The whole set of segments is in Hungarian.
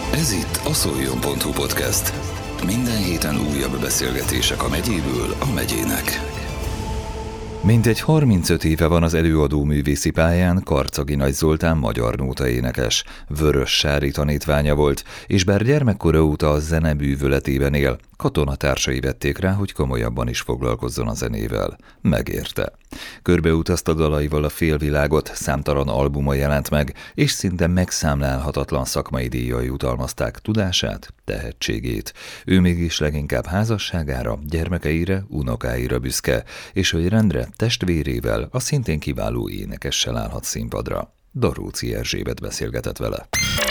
Ez itt a Szoljon.hu podcast. Minden héten újabb beszélgetések a megyéből a megyének. Mintegy 35 éve van az előadó művészi pályán Karczagi Nagy Zoltán magyar nóta énekes, Vörös Sári tanítványa volt, és bár gyermekkora óta a zene bűvöletében él, katonatársai vették rá, hogy komolyabban is foglalkozzon a zenével. Megérte. Körbeutazta dalaival a félvilágot, számtalan albuma jelent meg, és szinte megszámlálhatatlan szakmai díjjal jutalmazták tudását, tehetségét. Ő mégis leginkább házasságára, gyermekeire, unokáira büszke, és hogy rendre testvérével, a szintén kiváló énekessel állhat színpadra. Daróczi Erzsébet beszélgetett vele.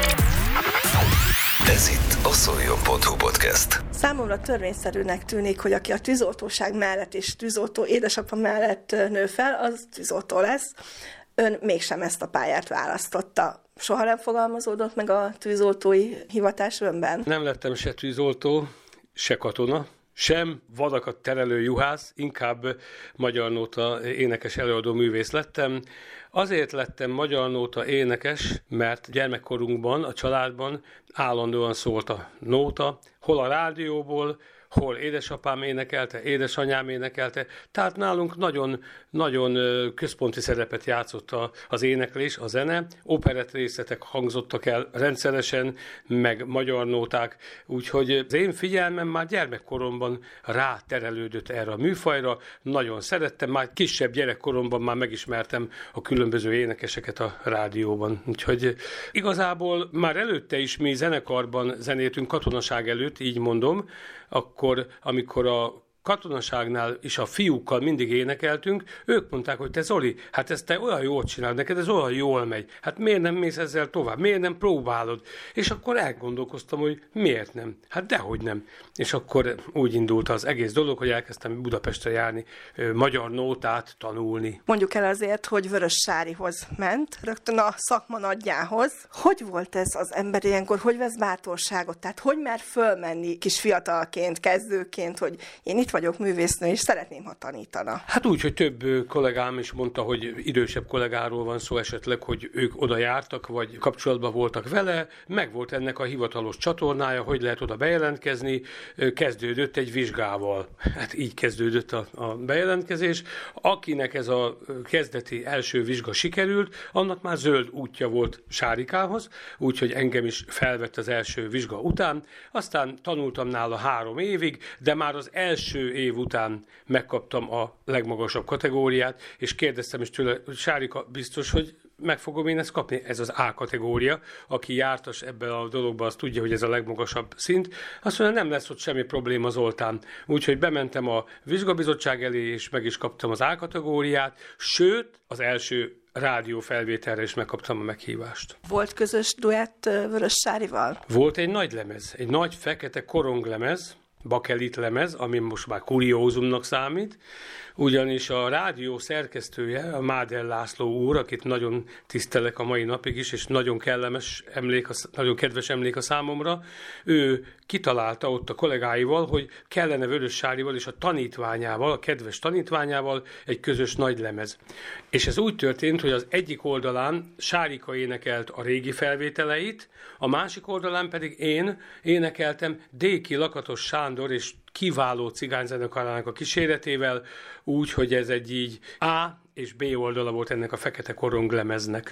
Ez itt a Szoljon.hu podcast. Számomra törvényszerűnek tűnik, hogy aki a tűzoltóság mellett és tűzoltó édesapa mellett nő fel, az tűzoltó lesz. Ön mégsem ezt a pályát választotta. Soha nem fogalmazódott meg a tűzoltói hivatás önben? Nem lettem se tűzoltó, se katona, sem vadakat terelő juhász, inkább magyar nóta énekes előadó művész lettem. Azért lettem magyar nóta énekes, mert gyermekkorunkban, a családban állandóan szólt a nóta, hol a rádióból, hol édesapám énekelte, édesanyám énekelte, tehát nálunk nagyon központi szerepet játszott az éneklés, a zene, operett részletek hangzottak el rendszeresen, meg magyar nóták, úgyhogy az én figyelmem már gyermekkoromban ráterelődött erre a műfajra, nagyon szerettem, már kisebb gyerekkoromban már megismertem a különböző énekeseket a rádióban, úgyhogy igazából már előtte is mi zenekarban zenéltünk, katonaság előtt, így mondom, akkor, amikor a katonaságnál is a fiúkkal mindig énekeltünk, ők mondták, hogy te Zoli, hát ezt te olyan jól csinálod, neked ez olyan jól megy, hát miért nem mész ezzel tovább, miért nem próbálod? És akkor elgondolkoztam, hogy miért nem? Hát dehogy nem. És akkor úgy indult az egész dolog, hogy elkezdtem Budapestre járni, magyar nótát tanulni. Mondjuk el azért, hogy Vörös Sárihoz ment, rögtön a szakma nagyjához. Hogy volt ez az ember ilyenkor, hogy vesz bátorságot? Tehát hogy mer fölmenni kis fiatalként, kezdőként, hogy én itt vagyok művésznő, és szeretném, ha tanítana. Hát úgy, hogy több kollégám is mondta, hogy idősebb kollégáról van szó esetleg, hogy ők oda jártak, vagy kapcsolatban voltak vele, meg volt ennek a hivatalos csatornája, hogy lehet oda bejelentkezni, kezdődött egy vizsgával. Hát így kezdődött a bejelentkezés. Akinek ez a kezdeti első vizsga sikerült, annak már zöld útja volt Sárikához, úgyhogy engem is felvett az első vizsga után. Aztán tanultam nála 3 évig, de már az első év után megkaptam a legmagasabb kategóriát, és kérdeztem is tőle, Sárika, biztos, hogy meg fogom én ezt kapni? Ez az A kategória. Aki jártas ebben a dologban, az tudja, hogy ez a legmagasabb szint. Azt mondja, nem lesz ott semmi probléma, Zoltán. Úgyhogy bementem a vizsgabizottság elé, és meg is kaptam az A kategóriát, sőt, az első rádiófelvételre is megkaptam a meghívást. Volt közös duett Vörös Sárival? Volt egy nagy lemez, egy nagy fekete koronglemez, bakelit lemez, ami most már kuriózumnak számít, ugyanis a rádió szerkesztője, a Mádel László úr, akit nagyon tisztelek a mai napig is, és nagyon kellemes emlék, nagyon kedves emlék a számomra, ő kitalálta ott a kollégáival, hogy kellene Vörös Sárival és a tanítványával, a kedves tanítványával egy közös nagy lemez. És ez úgy történt, hogy az egyik oldalán Sárika énekelt a régi felvételeit, a másik oldalán pedig én énekeltem Déki Lakatos Sándor és kiváló cigányzenekarának a kíséretével, úgy, hogy ez egy így A és B oldala volt ennek a fekete koronglemeznek.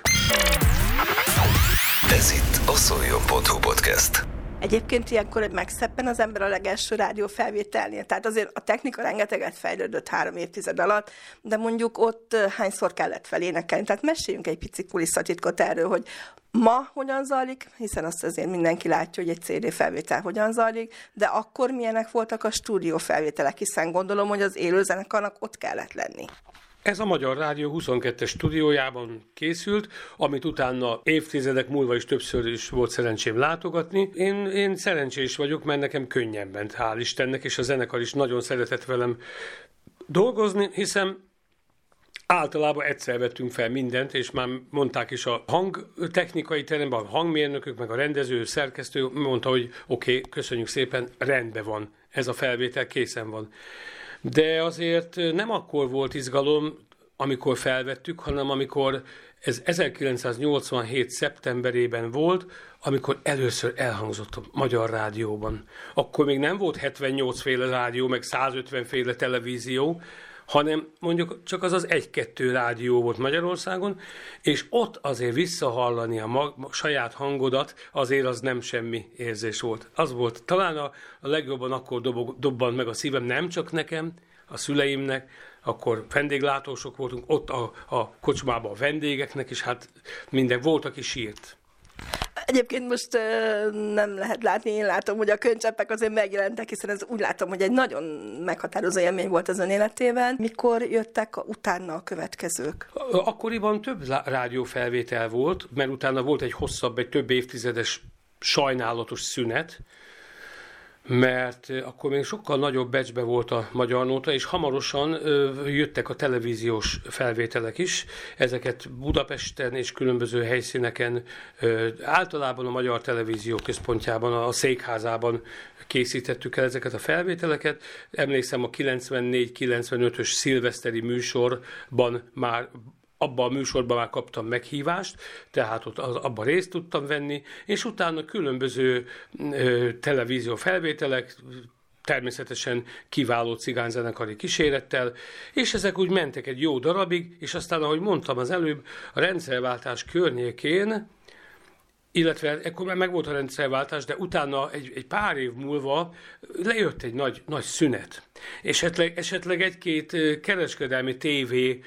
Ez itt a Szoljon.hu podcast. Egyébként ilyenkor megszeppen az ember a legelső rádiófelvételnél. Tehát azért a technika rengeteget fejlődött 3 évtized alatt, de mondjuk ott hányszor kellett felénekelni. Tehát meséljünk egy pici kulisszatitkot erről, hogy ma hogyan zajlik, hiszen azt azért mindenki látja, hogy egy CD felvétel hogyan zajlik, de akkor milyenek voltak a stúdiófelvételek, hiszen gondolom, hogy az élőzenekarnak ott kellett lenni. Ez a Magyar Rádió 22-es stúdiójában készült, amit utána évtizedek múlva is többször is volt szerencsém látogatni. Én szerencsés vagyok, mert nekem könnyen ment, hál' Istennek, és a zenekar is nagyon szeretett velem dolgozni, hiszen általában egyszer vettünk fel mindent, és már mondták is a hangtechnikai teremben, a hangmérnökök, meg a rendező, szerkesztő mondta, hogy oké, köszönjük szépen, rendben van, ez a felvétel készen van. De azért nem akkor volt izgalom, amikor felvettük, hanem amikor Ez 1987. szeptemberében volt, amikor először elhangzott a Magyar Rádióban. Akkor még nem volt 78 féle rádió, meg 150 féle televízió, hanem mondjuk csak az 1-2 rádió volt Magyarországon, és ott azért visszahallani a saját hangodat, azért az nem semmi érzés volt. Az volt talán a legjobban akkor dobbant meg a szívem, nem csak nekem, a szüleimnek, akkor vendéglátósok voltunk, ott a kocsmában a vendégeknek, és hát minden volt, aki sírt. Egyébként most nem lehet látni, én látom, hogy a könycseppek azért megjelentek, hiszen ez úgy látom, hogy egy nagyon meghatározó élmény volt az ön életében. Mikor jöttek utána a következők? Akkoriban több rádiófelvétel volt, mert utána volt egy hosszabb, egy több évtizedes sajnálatos szünet, mert akkor még sokkal nagyobb becsbe volt a Magyar Nóta, és hamarosan jöttek a televíziós felvételek is. Ezeket Budapesten és különböző helyszíneken, általában a Magyar Televízió központjában, a székházában készítettük el ezeket a felvételeket. Emlékszem, a 94-95-ös szilveszteri műsorban abban a műsorban már kaptam meghívást, tehát ott abban részt tudtam venni, és utána különböző televízió felvételek, természetesen kiváló cigányzenekari kísérettel, és ezek úgy mentek egy jó darabig, és aztán, ahogy mondtam az előbb, a rendszerváltás környékén, illetve ekkor már megvolt a rendszerváltás, de utána egy pár év múlva lejött egy nagy szünet. Esetleg egy-két kereskedelmi tévé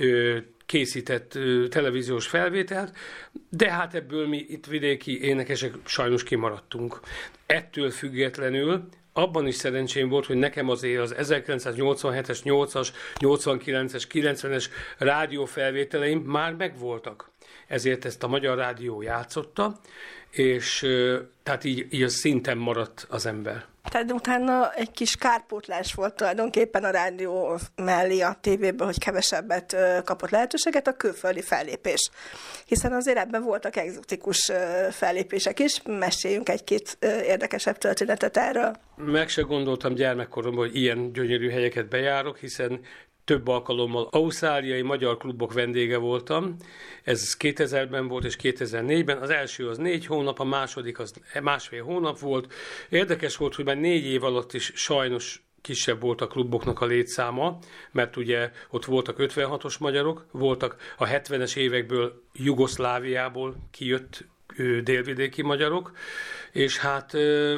készített televíziós felvételt, de hát ebből mi itt vidéki énekesek sajnos kimaradtunk. Ettől függetlenül abban is szerencsém volt, hogy nekem azért az 1987-es, 8-as, 89-es, 90-es rádiófelvételeim már megvoltak. Ezért ezt a Magyar Rádió játszotta, és tehát így a szinten maradt az ember. Tehát utána egy kis kárpótlás volt tulajdonképpen a rádió mellé a tévéből, hogy kevesebbet kapott lehetőséget, a külföldi fellépés. Hiszen azért ebben voltak egzotikus fellépések is. Meséljünk egy-két érdekesebb történetet erről. Meg se gondoltam gyermekkoromban, hogy ilyen gyönyörű helyeket bejárok, hiszen több alkalommal ausztráliai magyar klubok vendége voltam. Ez 2000-ben volt és 2004-ben. Az első az 4 hónap, a második az 1,5 hónap volt. Érdekes volt, hogy már 4 év alatt is sajnos kisebb volt a kluboknak a létszáma, mert ugye ott voltak 56-os magyarok, voltak a 70-es évekből Jugoszláviából kijött délvidéki magyarok, és hát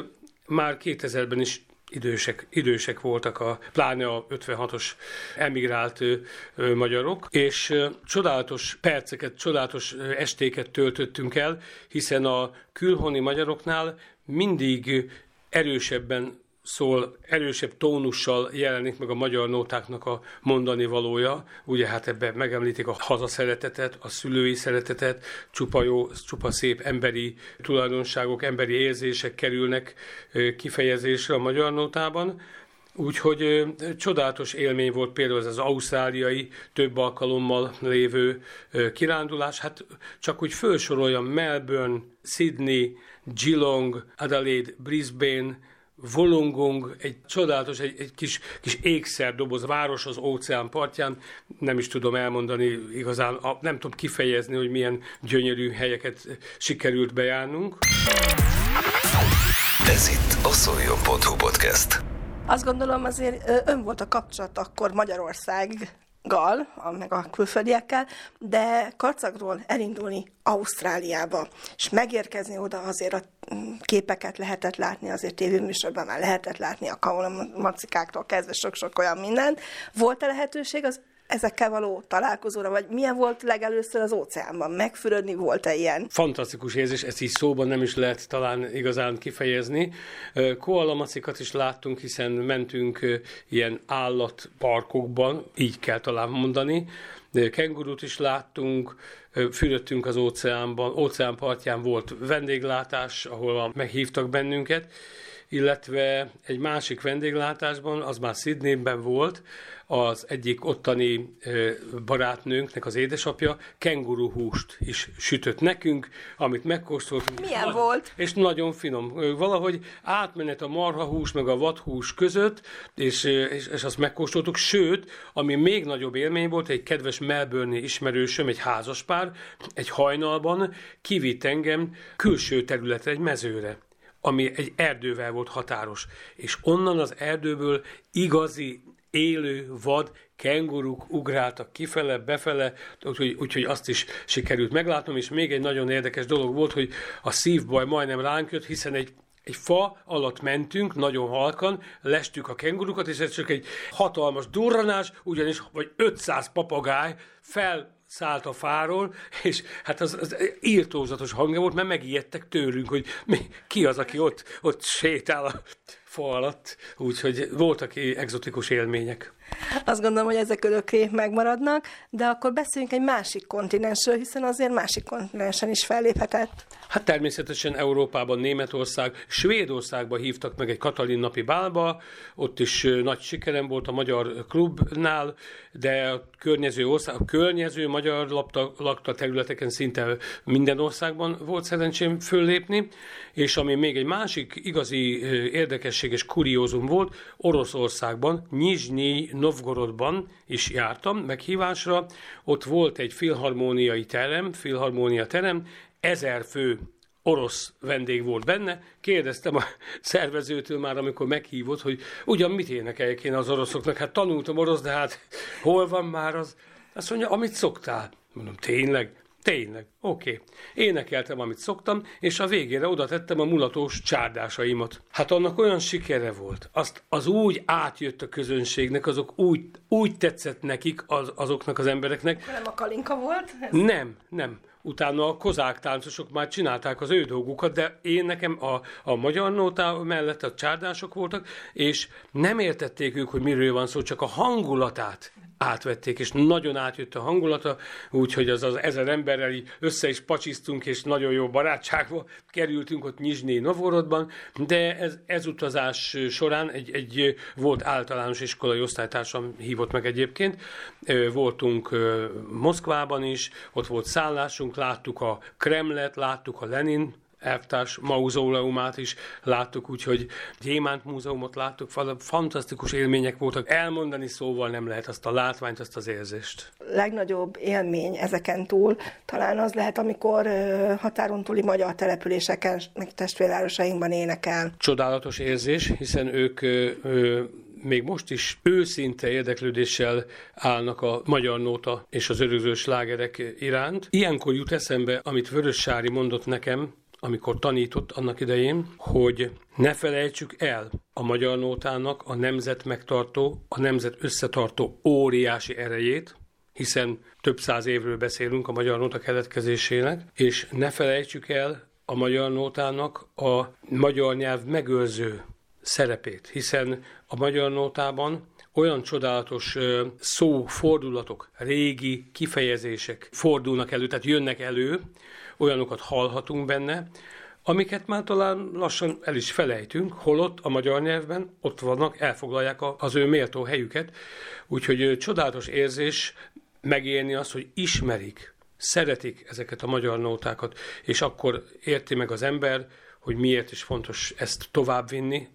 már 2000-ben is idősek voltak, pláne a 56-os emigrált magyarok, és csodálatos perceket, csodálatos estéket töltöttünk el, hiszen a külhoni magyaroknál mindig erősebben szól, erősebb tónussal jelenik meg a magyar nótáknak a mondani valója. Ugye hát ebben megemlítik a hazaszeretetet, a szülői szeretetet, csupa jó, csupa szép emberi tulajdonságok, emberi érzések kerülnek kifejezésre a magyar nótában. Úgyhogy csodálatos élmény volt például ez az ausztráliai több alkalommal lévő kirándulás. Hát csak úgy felsoroljam: Melbourne, Sydney, Geelong, Adelaide, Brisbane, Wollongong, egy csodálatos, egy kis ékszerdoboz, város az óceán partján. Nem is tudom elmondani igazán, nem tudom kifejezni, hogy milyen gyönyörű helyeket sikerült bejárnunk. Ez itt a Szoljon.hu podcast. Azt gondolom, azért ön volt a kapcsolat akkor Magyarországgal, meg a külföldiekkel, de Karcagról elindulni Ausztráliába, és megérkezni oda, azért a képeket lehetett látni, azért tévéműsorban már lehetett látni a kaolamacikáktól kezdve sok-sok olyan minden. Volt-e lehetőség ezekkel való találkozóra, vagy milyen volt legelőször az óceánban? Megfürödni, volt-e ilyen? Fantasztikus érzés, ezt így szóban nem is lehet talán igazán kifejezni. Koalamacikat is láttunk, hiszen mentünk ilyen állatparkokban, így kell talán mondani. Kengurut is láttunk, fürödtünk az óceánban, óceánpartján volt vendéglátás, ahol meghívtak bennünket, illetve egy másik vendéglátásban, az már Sydneyben volt, az egyik ottani barátnőnknek az édesapja kenguruhúst is sütött nekünk, amit megkóstoltunk. Milyen volt? És nagyon finom. Valahogy átmenet a marhahús meg a vadhús között, és azt megkóstoltuk. Sőt, ami még nagyobb élmény volt, egy kedves Melbourne-i ismerősöm, egy házaspár, egy hajnalban kivitt engem külső területre, egy mezőre, ami egy erdővel volt határos. És onnan az erdőből igazi élő vad kenguruk ugráltak kifele, befele, úgyhogy azt is sikerült meglátnom, és még egy nagyon érdekes dolog volt, hogy a szívbaj majdnem ránk jött, hiszen egy fa alatt mentünk, nagyon halkan, lestük a kengurukat, és ez csak egy hatalmas durranás, ugyanis vagy 500 papagáj felszállt a fáról, és hát az írtózatos hangja volt, mert megijedtek tőlünk, hogy ki az, aki ott sétál a fa alatt, úgyhogy voltak egzotikus élmények. Azt gondolom, hogy ezek örökké megmaradnak, de akkor beszéljünk egy másik kontinensről, hiszen azért másik kontinensen is felléphetett. Hát természetesen Európában, Németország, Svédországba hívtak meg egy Katalin napi bálba, ott is nagy sikerem volt a magyar klubnál, de a környező magyar lakta területeken szinte minden országban volt szerencsém föllépni, és ami még egy másik igazi érdekesség és kuriózum volt, Oroszországban, Nyizsnyi Novgorodban is jártam meghívásra, ott volt egy filharmónia terem, 1000 fő orosz vendég volt benne. Kérdeztem a szervezőtől már, amikor meghívott, hogy ugyan mit énekeljek én az oroszoknak. Hát tanultam orosz, de hát hol van már az? Azt mondja, amit szoktál. Mondom, tényleg? Tényleg, oké. Énekeltem, amit szoktam, és a végére oda tettem a mulatós csárdásaimat. Hát annak olyan sikere volt. Az úgy átjött a közönségnek, azok úgy tetszett nekik, azoknak az embereknek. Nem a Kalinka volt? Nem. Utána a kozák táncosok már csinálták az ő dolgukat, de nekem a magyar nóta mellett a csárdások voltak, és nem értették ők, hogy miről van szó, csak a hangulatát átvették, és nagyon átjött a hangulata, úgyhogy az 1000 emberrel így össze is pacsisztunk, és nagyon jó barátságba kerültünk ott Nyizsnyi Novgorodban, de ez utazás során egy volt általános iskolai osztálytársam hívott meg egyébként, voltunk Moszkvában is, ott volt szállásunk, láttuk a Kremlet, láttuk a Lenin elvtárs mauzóleumát is láttuk, úgyhogy Gyémánt múzeumot láttuk, fantasztikus élmények voltak. Elmondani szóval nem lehet azt a látványt, azt az érzést. Legnagyobb élmény ezeken túl talán az lehet, amikor határon túli magyar településeken, meg testvérvárosainkban énekel. Csodálatos érzés, hiszen ők még most is őszinte érdeklődéssel állnak a magyar nóta és az örökzöld slágerek iránt. Ilyenkor jut eszembe, amit Vörös Sári mondott nekem, amikor tanított annak idején, hogy ne felejtsük el a magyar nótának a nemzet megtartó, a nemzet összetartó óriási erejét, hiszen több száz évről beszélünk a magyar nóta keletkezésének, és ne felejtsük el a magyar nótának a magyar nyelv megőrző szerepét, hiszen a magyar nótában olyan csodálatos szófordulatok, régi kifejezések fordulnak elő, tehát jönnek elő, olyanokat hallhatunk benne, amiket már talán lassan el is felejtünk, holott a magyar nyelvben ott vannak, elfoglalják az ő méltó helyüket, úgyhogy csodálatos érzés megélni azt, hogy ismerik, szeretik ezeket a magyar nótákat, és akkor érti meg az ember, hogy miért is fontos ezt továbbvinni,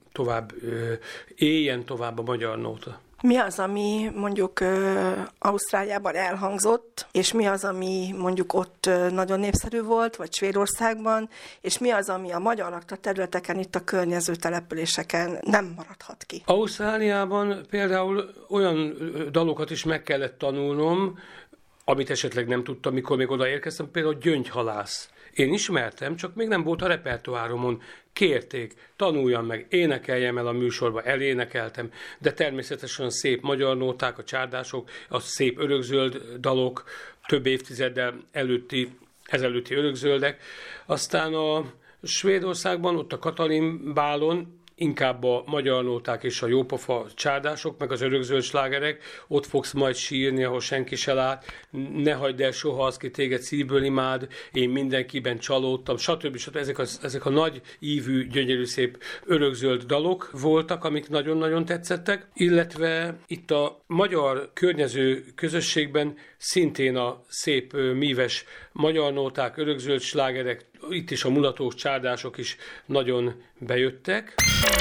éljen tovább a magyar nóta. Mi az, ami mondjuk Ausztráliában elhangzott, és mi az, ami mondjuk ott nagyon népszerű volt, vagy Svédországban, és mi az, ami a magyar lakta területeken, itt a környező településeken nem maradhat ki? Ausztráliában például olyan dalokat is meg kellett tanulnom, amit esetleg nem tudtam, mikor még odaérkeztem, például Gyöngyhalász. Én ismertem, csak még nem volt a repertoáromon. Kérték, tanuljam meg, énekeljem el a műsorba, elénekeltem, de természetesen szép magyar nóták, a csárdások, a szép örökzöld dalok, több évtizeddel ezelőtti örökzöldek. Aztán a Svédországban, ott a Katalin bálon inkább a magyar nóták és a jópofa csárdások, meg az örökzöld slágerek, ott fogsz majd sírni, ahol senki se lát, ne hagyd el soha az, ki téged szívből imád, én mindenkiben csalódtam, stb. Ezek a nagy ívű, gyönyörű, szép örökzöld dalok voltak, amik nagyon-nagyon tetszettek, illetve itt a magyar környező közösségben szintén a szép, míves magyar nóták, örökzöld slágerek, itt is a mulatós csárdások is nagyon bejöttek.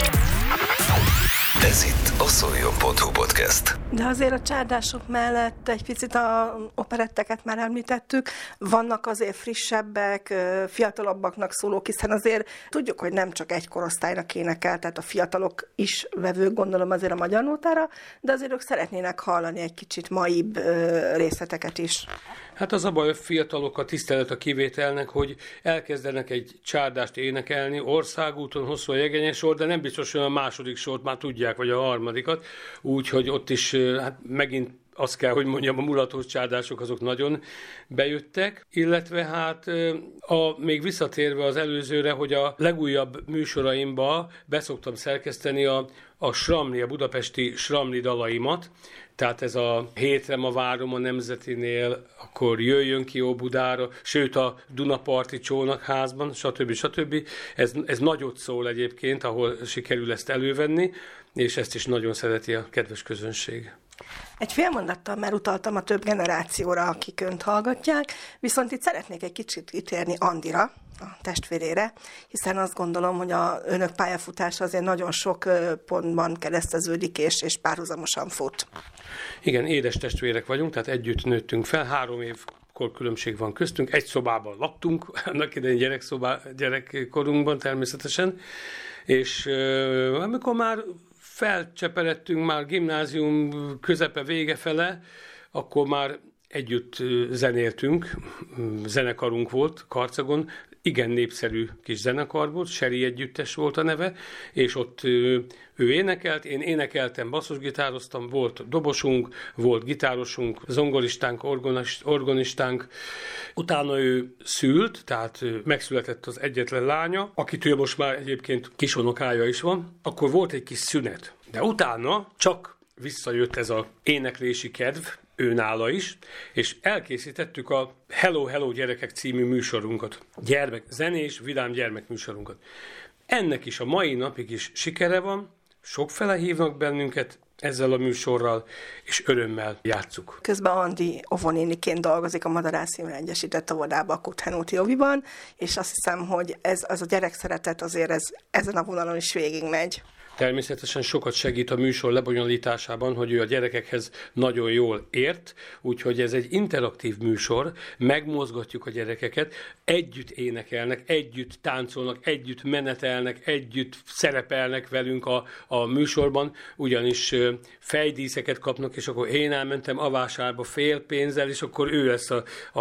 Ez itt a Szoljon.hu podcast. De azért a csárdások mellett egy picit a operetteket már említettük, vannak azért frissebbek, fiatalabbaknak szólók, hiszen azért tudjuk, hogy nem csak egy korosztálynak énekel, tehát a fiatalok is vevők, gondolom azért a magyar nótára, de azért ők szeretnének hallani egy kicsit maibb részleteket is. Hát az a baj, a fiatalok a tisztelet a kivételnek, hogy elkezdenek egy csárdást énekelni, országúton, hosszú a jegényes sor, de nem biztos, hogy a második sort már tudják, vagy a harmadikat, úgyhogy ott is hát megint azt kell, hogy mondjam, a mulatós csárdások azok nagyon bejöttek, illetve hát még visszatérve az előzőre, hogy a legújabb műsoraimba beszoktam szerkeszteni a Sramli, a budapesti Sramli dalaimat, tehát ez a Hétre ma várom a Nemzetinél, akkor Jöjjön ki Óbudára, sőt a Dunaparti Csónakházban, stb. Ez nagyot szól egyébként, ahol sikerül ezt elővenni, és ezt is nagyon szereti a kedves közönség. Egy fél mondattal már utaltam a több generációra, akik önt hallgatják, viszont itt szeretnék egy kicsit kitérni Andira, a testvérére, hiszen azt gondolom, hogy a önök pályafutása azért nagyon sok pontban kereszteződik és párhuzamosan fut. Igen, édes testvérek vagyunk, tehát együtt nőttünk fel, 3 év korkülönbség van köztünk, egy szobában laktunk, annak idején gyerekkorunkban természetesen, és amikor már felcseperedtünk, már gimnázium közepe vége fele, akkor már együtt zenéltünk, zenekarunk volt Karcagon, igen népszerű kis zenekar volt, Seri együttes volt a neve, és ott ő énekelt, én énekeltem, basszusgitároztam, volt dobosunk, volt gitárosunk, zongoristánk, organistánk. Utána ő szült, tehát megszületett az egyetlen lánya, akitől most már egyébként kisunokája is van, akkor volt egy kis szünet. De utána csak visszajött ez az éneklési kedv, őnála is, és elkészítettük a Hello, Hello Gyerekek című műsorunkat. Zenés, vidám gyermekműsorunkat. Ennek is a mai napig is sikere van, sokfele hívnak bennünket ezzel a műsorral, és örömmel játsszuk. Közben Andi óvonéniként dolgozik a Madarász Imre Egyesített Óvodában, a Kuthenúti Óviban, és azt hiszem, hogy ez a gyerekszeretet azért ezen a vonalon is végigmegy. Természetesen sokat segít a műsor lebonyolításában, hogy ő a gyerekekhez nagyon jól ért, úgyhogy ez egy interaktív műsor, megmozgatjuk a gyerekeket, együtt énekelnek, együtt táncolnak, együtt menetelnek, együtt szerepelnek velünk a műsorban, ugyanis fejdíszeket kapnak, és akkor én elmentem a vásárba fél pénzzel, és akkor ő lesz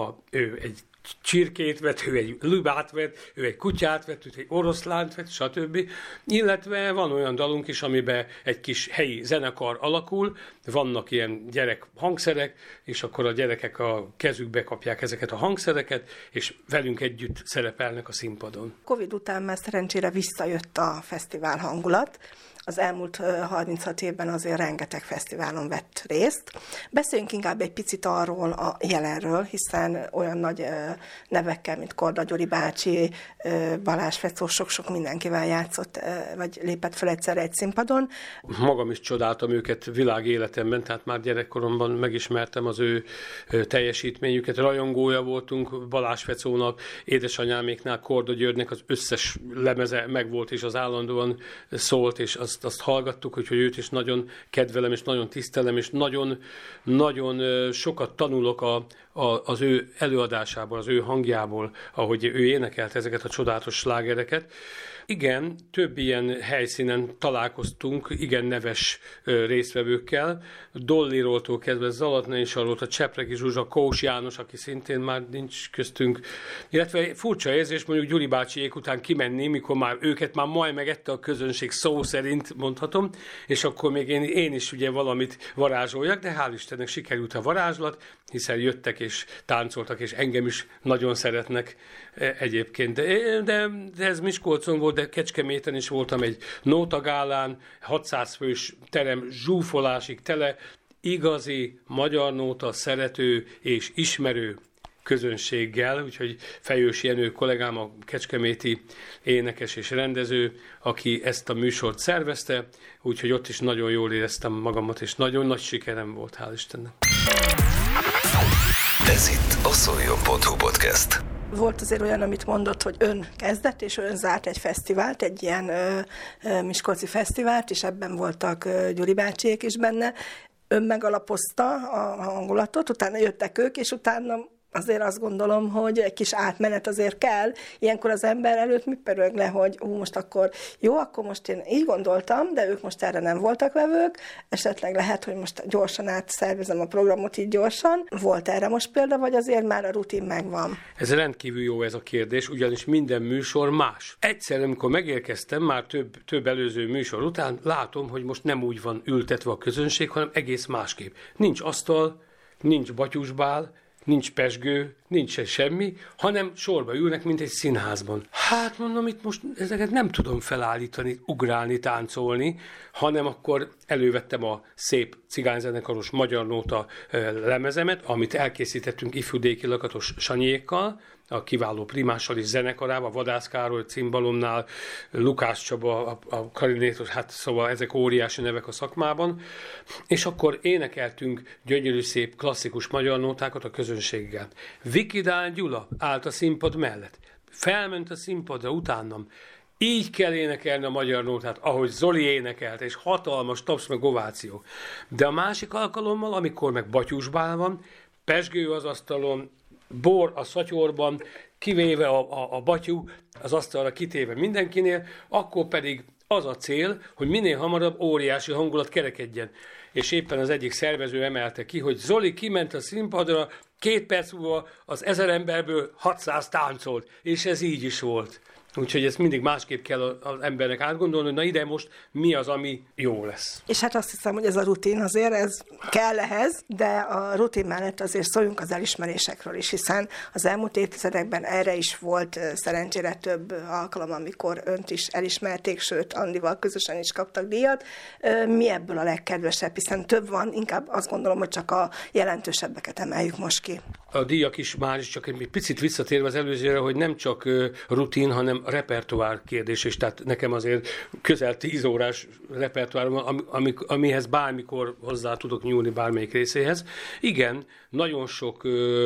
ő egy csirkét vett, ő egy lubát vett, ő egy kutyát vett, ő egy oroszlánt vett, stb. Illetve van olyan dalunk is, amiben egy kis helyi zenekar alakul, vannak ilyen gyerek hangszerek, és akkor a gyerekek a kezükbe kapják ezeket a hangszereket, és velünk együtt szerepelnek a színpadon. Covid után már szerencsére visszajött a fesztivál hangulat. Az elmúlt 36 évben azért rengeteg fesztiválon vett részt. Beszéljünk inkább egy picit arról a jelenről, hiszen olyan nagy nevekkel, mint Korda Gyuri bácsi, Balázs Fecó, sok-sok mindenkivel játszott, vagy lépett fel egyszerre egy színpadon. Magam is csodáltam őket világéletemben, tehát már gyerekkoromban megismertem az ő teljesítményüket. Rajongója voltunk Balázs Fecónak, édesanyáméknál Korda Györgynek az összes lemeze megvolt, és az állandóan szólt, és azt hallgattuk, hogy őt is nagyon kedvelem, és nagyon tisztelem, és nagyon sokat tanulok az ő előadásából, az ő hangjából, ahogy ő énekelt ezeket a csodálatos slágereket. Igen, több ilyen helyszínen találkoztunk, igen neves résztvevőkkel. Dolliróltól kezdve Zalatnai Sarolta, Csepregi Zsuzsa, Kós János, aki szintén már nincs köztünk. Illetve furcsa érzés mondjuk Gyuri bácsiék után kimenni, mikor már őket már majd megette a közönség, szó szerint mondhatom, és akkor még én is ugye valamit varázsoljak, de hál' Istennek sikerült a varázslat, hiszen jöttek és táncoltak, és engem is nagyon szeretnek egyébként. De ez Miskolcon volt, de Kecskeméten is voltam egy nótagálán, 600 fős terem zsúfolásig tele, igazi magyar nóta szerető és ismerő közönséggel, úgyhogy Fejős Jenő kollégám, a kecskeméti énekes és rendező, aki ezt a műsort szervezte, úgyhogy ott is nagyon jól éreztem magamat, és nagyon nagy sikerem volt, hál' Istennek. Ez itt a Szoljon.hu podcast. Volt azért olyan, amit mondott, hogy ön kezdett, és ön zárt egy fesztivált, egy ilyen miskolci fesztivált, és ebben voltak Gyuri bácsiék is benne. Ön megalapozta a hangulatot, utána jöttek ők, és utána azért azt gondolom, hogy egy kis átmenet azért kell. Ilyenkor az ember előtt mi pörög le, hogy most akkor jó, akkor most én így gondoltam, de ők most erre nem voltak vevők, esetleg lehet, hogy most gyorsan átszervezem a programot így gyorsan. Volt erre most példa, vagy azért már a rutin megvan? Ez rendkívül jó ez a kérdés, ugyanis minden műsor más. Egyszer, amikor megérkeztem, már több előző műsor után, látom, hogy most nem úgy van ültetve a közönség, hanem egész másképp. Nincs asztal, nincs batyusbál, nincs pezsgő, nincs semmi, hanem sorba ülnek, mint egy színházban. Hát mondom, itt most ezeket nem tudom felállítani, ugrálni, táncolni, hanem akkor elővettem a szép cigányzenekaros magyar nóta lemezemet, amit elkészítettünk ifjúdéki lakatos Sanyiékkal, a kiváló primással és zenekarával, Vadász Károly cimbalomnál, Lukács Csaba, a klarinétos, hát szóval ezek óriási nevek a szakmában, és akkor énekeltünk gyönyörű szép klasszikus magyar nótákat a közönséggel. Vikidán Gyula állt a színpad mellett, felment a színpadra utánam, így kell énekelni a magyar nótát, ahogy Zoli énekelt, és hatalmas taps meg ováció. De a másik alkalommal, amikor meg batyusbál van, pezsgő az asztalon, bor a szatyorban, kivéve a batyú, az asztalra kitéve mindenkinél, akkor pedig az a cél, hogy minél hamarabb óriási hangulat kerekedjen. És éppen az egyik szervező emelte ki, hogy Zoli kiment a színpadra, 2 perc múlva az 1000 emberből 600 táncolt, és ez így is volt. Úgyhogy ezt mindig másképp kell az embernek átgondolni, hogy na ide most mi az, ami jó lesz. És hát azt hiszem, hogy ez a rutin azért, ez kell ehhez, de a rutin mellett azért szóljunk az elismerésekről is, hiszen az elmúlt évtizedekben erre is volt szerencsére több alkalom, amikor önt is elismerték, sőt, Andival közösen is kaptak díjat. Mi ebből a legkedvesebb, hiszen több van, inkább azt gondolom, hogy csak a jelentősebbeket emeljük most ki. A díjak is már is csak egy picit visszatérve az előzőre, hogy nem csak rutin, hanem repertoár kérdés, és tehát nekem azért közel 10 órás repertoárom, amihez bármikor hozzá tudok nyúlni bármelyik részéhez. Igen, nagyon sok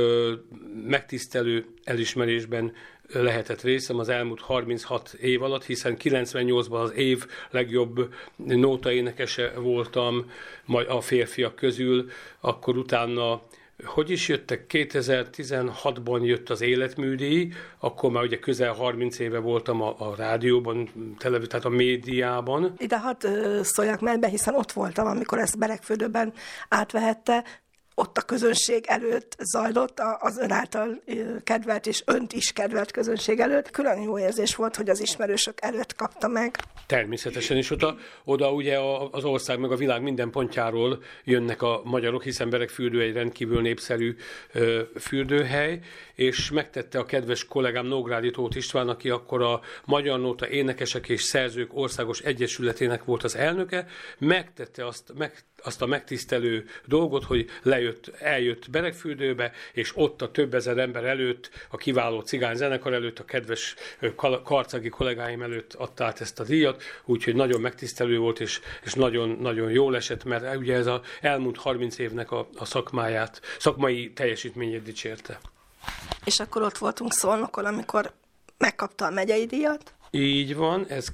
megtisztelő elismerésben lehetett részem az elmúlt 36 év alatt, hiszen 98-ban az év legjobb nótaénekese voltam a férfiak közül, akkor utána hogy is jöttek? 2016-ban jött az életműdíj, akkor már ugye közel 30 éve voltam a rádióban, tehát a médiában. Ide hadd szóljak mellbe, hiszen ott voltam, amikor ezt Beregfürdőben átvehette, ott a közönség előtt zajlott, az ön által kedvelt és önt is kedvelt közönség előtt. Külön jó érzés volt, hogy az ismerősök előtt kapta meg. Természetesen is oda ugye az ország meg a világ minden pontjáról jönnek a magyarok, hiszen Beregfürdő egy rendkívül népszerű fürdőhely, és megtette a kedves kollégám Nógrádi Tóth István, aki akkor a Magyar Nóta Énekesek és Szerzők Országos Egyesületének volt az elnöke, megtette azt a megtisztelő dolgot, hogy eljött Beregfürdőbe, és ott a több ezer ember előtt, a kiváló cigány zenekar előtt, a kedves karcagi kollégáim előtt adta át ezt a díjat, úgyhogy nagyon megtisztelő volt, és nagyon jól esett, mert ugye ez az elmúlt 30 évnek a szakmai teljesítményét dicsérte. És akkor ott voltunk Szolnokon, amikor megkapta a megyei díjat? Így van, ez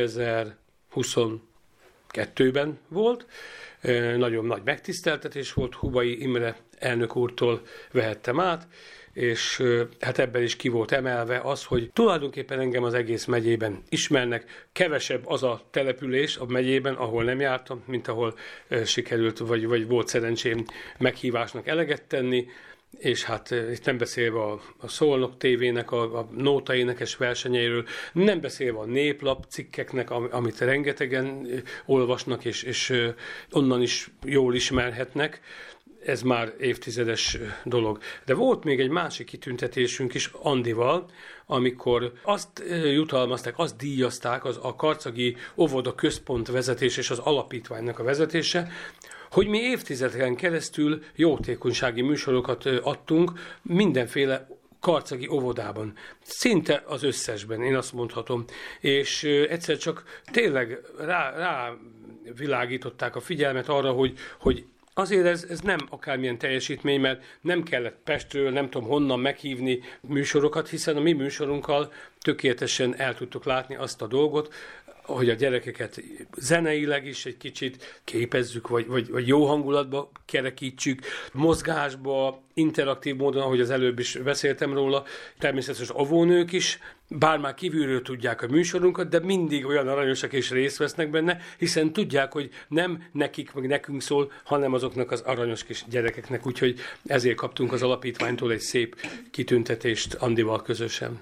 2022-ben volt. Nagyon nagy megtiszteltetés volt, Hubai Imre elnök úrtól vehettem át, és hát ebben is ki volt emelve az, hogy tulajdonképpen engem az egész megyében ismernek, kevesebb az a település a megyében, ahol nem jártam, mint ahol sikerült, vagy volt szerencsém meghívásnak eleget tenni, és hát itt nem beszélve a Szolnok TV-nek a nótaénekes versenyeiről, nem beszélve a néplap cikkeknek, amit rengetegen olvasnak, és onnan is jól ismerhetnek. ez már évtizedes dolog. De volt még egy másik kitüntetésünk is Andival, amikor azt jutalmazták, azt díjazták a Karcagi Óvoda Központ vezetés és az alapítványnak a vezetése, hogy mi évtizedeken keresztül jótékonysági műsorokat adtunk mindenféle karcagi óvodában. Szinte az összesben, én azt mondhatom. És egyszer csak tényleg rávilágították a figyelmet arra, hogy azért ez nem akármilyen teljesítmény, mert nem kellett Pestről, nem tudom honnan meghívni műsorokat, hiszen a mi műsorunkkal tökéletesen el tudtuk látni azt a dolgot, hogy a gyerekeket zeneileg is egy kicsit képezzük, vagy jó hangulatba kerekítsük, mozgásba, interaktív módon, ahogy az előbb is beszéltem róla, természetesen óvónők is, bár már kívülről tudják a műsorunkat, de mindig olyan aranyosak és részt vesznek benne, hiszen tudják, hogy nem nekik, meg nekünk szól, hanem azoknak az aranyos kis gyerekeknek, úgyhogy ezért kaptunk az alapítványtól egy szép kitüntetést Andival közösen.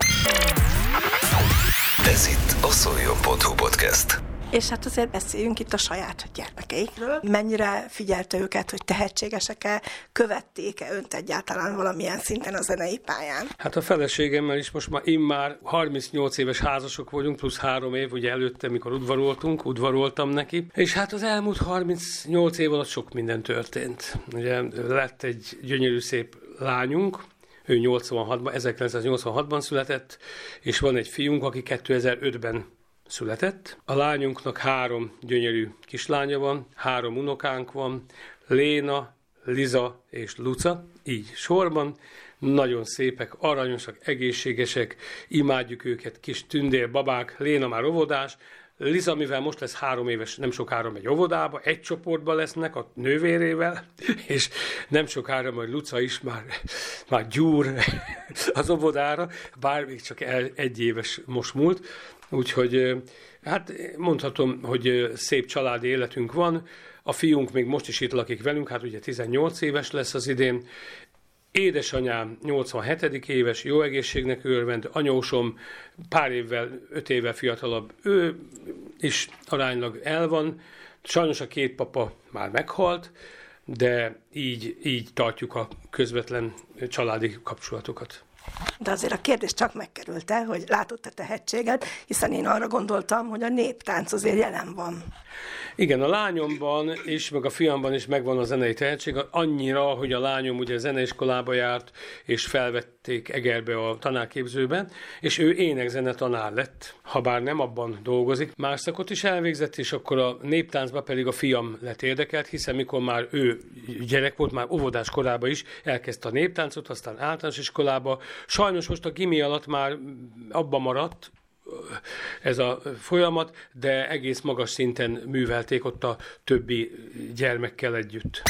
Ez itt a Szoljon.hu podcast. És hát azért beszéljünk itt a saját gyermekeikről. Mennyire figyelte őket, hogy tehetségesek-e, követték-e önt egyáltalán valamilyen szinten a zenei pályán? Hát a feleségemmel is most már 38 éves házasok vagyunk, plusz 3 év, ugye előtte, mikor udvaroltam neki. És hát az elmúlt 38 év alatt sok minden történt. Ugye lett egy gyönyörű szép lányunk, ő 1986-ban született, és van egy fiunk, aki 2005-ben született. A lányunknak 3 gyönyörű kislánya van, 3 unokánk van, Léna, Liza és Luca, így sorban. Nagyon szépek, aranyosak, egészségesek, imádjuk őket, kis tündérbabák. Léna már óvodás, Liza, mivel most lesz 3 éves, nem sokára megy óvodába, egy csoportban lesznek a nővérével, és nem sokára majd Luca is már gyúr az óvodára, bár még csak 1 éves most múlt. Úgyhogy hát mondhatom, hogy szép családi életünk van. A fiunk még most is itt lakik velünk, hát ugye 18 éves lesz az idén. Édesanyám 87. éves, jó egészségnek örvend, anyósom pár évvel, 5 évvel fiatalabb, ő is aránylag el van. Sajnos a 2 papa már meghalt, de így tartjuk a közvetlen családi kapcsolatokat. De azért a kérdés csak megkerült-e, hogy látott-e tehetséget, hiszen én arra gondoltam, hogy a néptánc azért jelen van. Igen, a lányomban is, meg a fiamban is megvan a zenei tehetség, annyira, hogy a lányom ugye zeneiskolába járt, és felvették Egerbe a tanárképzőben, és ő énekzene tanár lett, ha bár nem abban dolgozik. Más szakot is elvégzett, és akkor a néptáncban pedig a fiam lett érdekelt, hiszen mikor már ő gyerek volt, már óvodás korában is elkezdte a néptáncot, aztán általános iskolába. Sajnos most a gimi alatt már abba maradt ez a folyamat, de egész magas szinten művelték ott a többi gyermekkel együtt.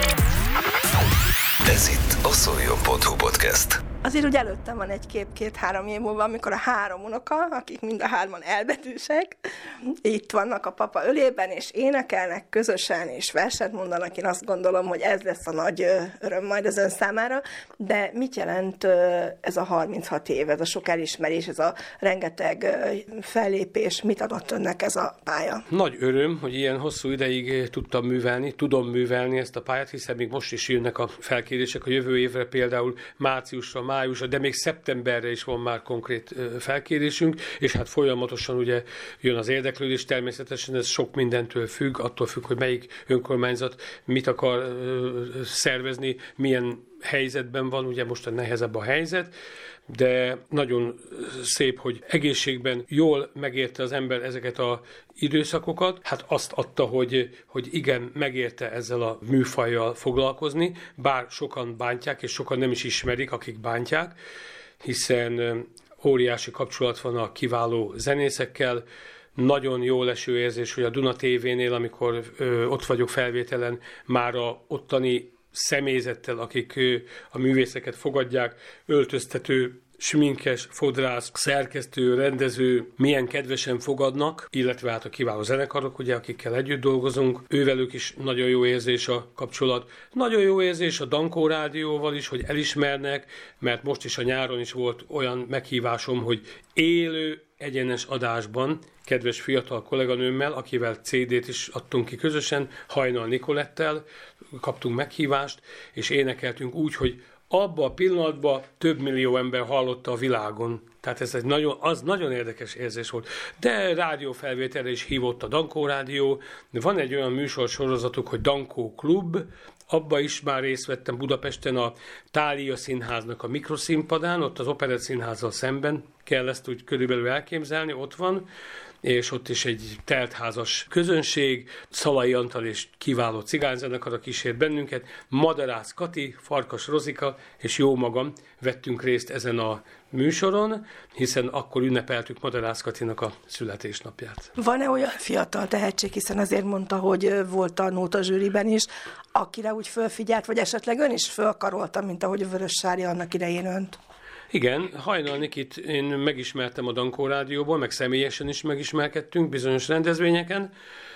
Ez itt a Szoljon.hu podcast. Azért úgy előttem van egy kép 2-3 év múlva, amikor a 3 unoka, akik mind a 3-an elbetűsek, itt vannak a papa ölében, és énekelnek közösen, és verset mondanak. Én azt gondolom, hogy ez lesz a nagy öröm majd az ön számára. De mit jelent ez a 36 év, ez a sok elismerés, ez a rengeteg fellépés, mit adott önnek ez a pálya? Nagy öröm, hogy ilyen hosszú ideig tudom művelni ezt a pályát, hiszen még most is jönnek a felkérések a jövő évre, például márciusra, májusra, de még szeptemberre is van már konkrét felkérésünk, és hát folyamatosan ugye jön az érdeklődés, természetesen ez sok mindentől függ, attól függ, hogy melyik önkormányzat mit akar szervezni, milyen helyzetben van, ugye most a nehezebb a helyzet, de nagyon szép, hogy egészségben jól megérte az ember ezeket az időszakokat. Hát azt adta, hogy igen, megérte ezzel a műfajjal foglalkozni, bár sokan bántják, és sokan nem is ismerik, akik bántják, hiszen óriási kapcsolat van a kiváló zenészekkel. Nagyon jó leső érzés, hogy a Duna TV-nél, amikor ott vagyok felvételen, már a ottani személyzettel, akik a művészeket fogadják, öltöztető, sminkes, fodrász, szerkesztő, rendező, milyen kedvesen fogadnak, illetve hát a kiváló zenekarok, ugye, akikkel együtt dolgozunk. Ővelük is nagyon jó érzés a kapcsolat. Nagyon jó érzés a Dankó Rádióval is, hogy elismernek, mert most is a nyáron is volt olyan meghívásom, hogy élő, egyenes adásban, kedves fiatal kolléganőmmel, akivel CD-t is adtunk ki közösen, Hajnal Nikolettel, kaptunk meghívást, és énekeltünk úgy, hogy abban a pillanatban több millió ember hallotta a világon. Tehát ez az nagyon érdekes érzés volt. De rádiófelvételre is hívott a Dankó Rádió. Van egy olyan műsorsorozatuk, hogy Dankó Klub, abba is már részt vettem Budapesten a Thália Színháznak a mikroszínpadán, ott az Operett Színházzal szemben kell ezt úgy körülbelül elképzelni, ott van, és ott is egy teltházas közönség, Szalai Antal és kiváló cigányzenekara kísért bennünket, Madarász Kati, Farkas Rozika és jó magam vettünk részt ezen a műsoron, hiszen akkor ünnepeltük Madarász Katinak a születésnapját. Van-e olyan fiatal tehetség, hiszen azért mondta, hogy volt a nóta zsűriben is, akire úgy fölfigyelt, vagy esetleg ön is fölkarolta, mint ahogy a Vörössári annak idején önt? Igen, Hajnal Nikit én megismertem a Dankó Rádióból, meg személyesen is megismerkedtünk bizonyos rendezvényeken,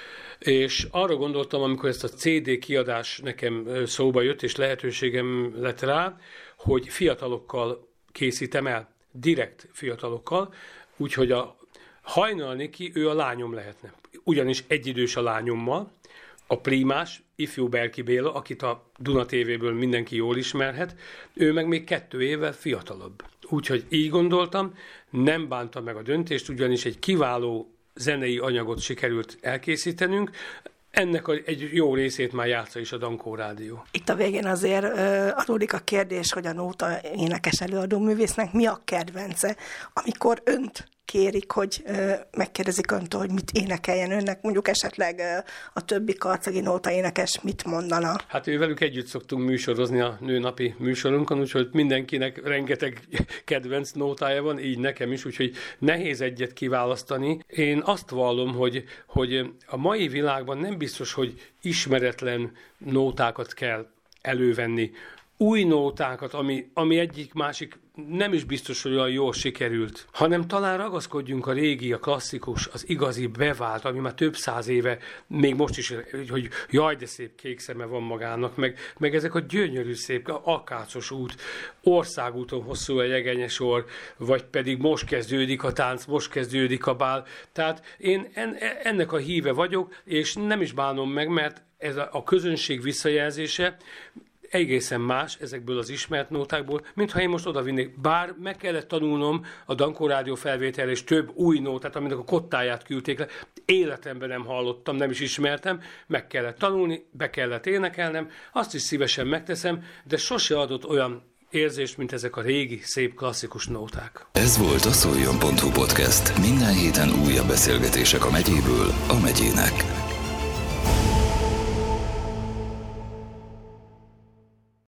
és arra gondoltam, amikor ezt a CD kiadás nekem szóba jött, és lehetőségem lett rá, hogy fiatalokkal készítem el, direkt fiatalokkal, úgyhogy a Hajnal Niki, ő a lányom lehetne. Ugyanis egyidős a lányommal, a Prímás, ifjú Berki Béla, akit a Duna TV-ből mindenki jól ismerhet, ő meg még 2 évvel fiatalabb. Úgyhogy így gondoltam, nem bántam meg a döntést, ugyanis egy kiváló zenei anyagot sikerült elkészítenünk, ennek egy jó részét már játsza is a Dankó Rádió. Itt a végén azért adódik a kérdés, hogy a nóta énekes előadó művésznek mi a kedvence, amikor önt kérik, hogy megkérdezik öntől, hogy mit énekeljen önnek, mondjuk esetleg a többi karcagi nóta énekes mit mondana? Hát velük együtt szoktunk műsorozni a nőnapi műsorunkon, úgyhogy mindenkinek rengeteg kedvenc nótája van, így nekem is, úgyhogy nehéz egyet kiválasztani. Én azt vallom, hogy a mai világban nem biztos, hogy ismeretlen nótákat kell elővenni, új nótákat, ami egyik-másik nem is biztos, hogy olyan jól sikerült, hanem talán ragaszkodjunk a régi, a klasszikus, az igazi bevált, ami már több száz éve, még most is, hogy jaj, de szép kék szeme van magának, meg ezek a gyönyörű szép, akácos út, országúton hosszú a jegényesor, vagy pedig most kezdődik a tánc, most kezdődik a bál. Tehát én ennek a híve vagyok, és nem is bánom meg, mert ez a közönség visszajelzése egészen más ezekből az ismert nótákból, mintha én most odavinnék. Bár meg kellett tanulnom a Dankó Rádió felvétel és több új nótát, aminek a kottáját küldték le. Életemben nem hallottam, nem is ismertem, meg kellett tanulni, be kellett énekelnem, azt is szívesen megteszem, de sose adott olyan érzést, mint ezek a régi, szép, klasszikus nóták. Ez volt a Szoljon.hu podcast. Minden héten újabb beszélgetések a megyéből a megyének.